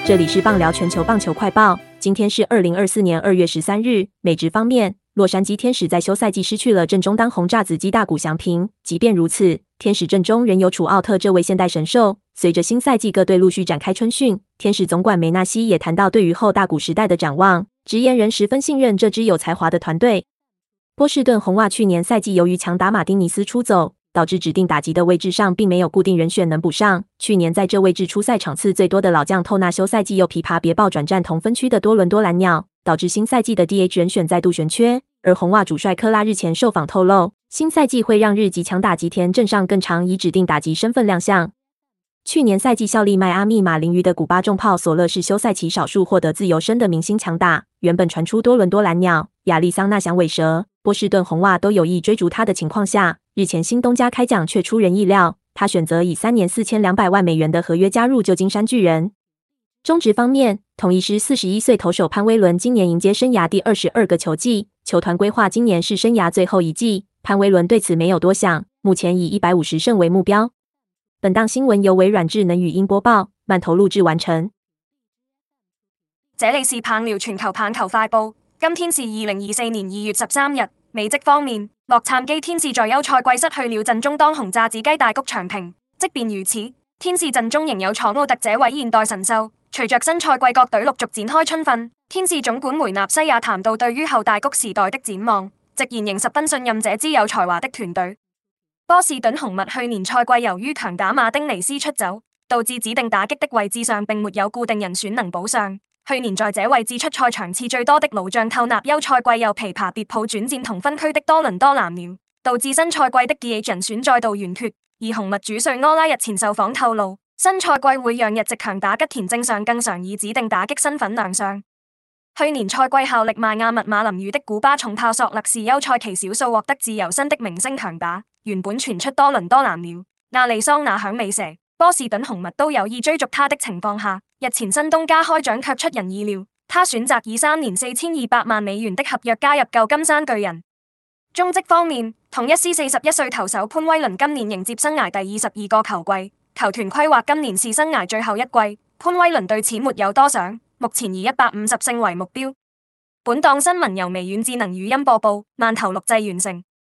这里是棒聊全球棒球快报，今天是2024年2月13日。美职方面，洛杉矶天使在休赛季失去了阵中当红炸子鸡大谷翔平，即便如此，天使阵中仍有楚奥特这位现代神兽。随着新赛季各队陆续展开春训，天使总管梅纳西也谈到对于后大谷时代的展望，直言仍十分信任这支有才华的团队。波士顿红袜去年赛季由于强打马丁尼斯出走，导致指定打击的位置上并没有固定人选能补上。去年在这位置出赛场次最多的老将透纳休赛季又琵琶别报转战同分区的多伦多蓝鸟，导致新赛季的 DH 人选再度悬缺。而红袜主帅克拉日前受访透露，新赛季会让日籍强打吉田正尚更常以指定打击身份亮相。去年赛季效力迈阿密马林鱼的古巴重炮索勒是休赛期少数获得自由身的明星强打，原本传出多伦多蓝鸟、亚利桑那响尾蛇、波士顿红袜都有意追逐他的情况下，日前新东家开奖却出人意料，他选择以3年4200万美元的合约加入旧金山巨人。中职方面，统一狮41岁投手潘威伦今年迎接生涯第22个球季，球团规划今年是生涯最後一季，潘威伦对此没有多想，目前以150胜为目標。本檔新聞由微軟智能語音播報，慢投錄製完成。 這裡是棒聊全球棒球快報，今天是2024年2月13日。美職方面，洛杉磯天使在休賽季失去了陣中當紅炸子雞大谷翔平，即便如此，天使陣中仍有楚奧特這位現代神獸。隨着新賽季各隊陸續展開春訓，天使總管梅納西也談到對於後大谷時代的展望，直言仍十分信任這支有才華的團隊。波士頓紅襪去年賽季由於強打馬丁尼斯出走，導致指定打擊的位置上並沒有固定人選能補上。去年在這位置出賽場次最多的老將透納休賽季又琵琶別抱轉戰同分區的多倫多藍鳥，導致新賽季的 DH 人選再度懸缺。而紅襪主帥柯拉日前受訪透露，新賽季會讓日籍強打吉田正尚更常以指定打擊身份亮相。去年賽季效力邁阿密馬林魚的古巴重炮索勒是休賽期少數獲得自由身的明星強打，原本傳出多倫多藍鳥、亞利桑那響尾蛇、波士頓紅襪都有意追逐他的情況下，日前新東家開獎卻出人意料，他選擇以3年4200萬美元的合約加入舊金山巨人。中職方面，統一獅41歲投手潘威倫今年迎接生涯第22個球季，球團規劃今年是生涯最後一季，潘威倫對此沒有多想，目前以150勝為目標。本檔新聞由微軟智能語音播報，慢投錄製完成。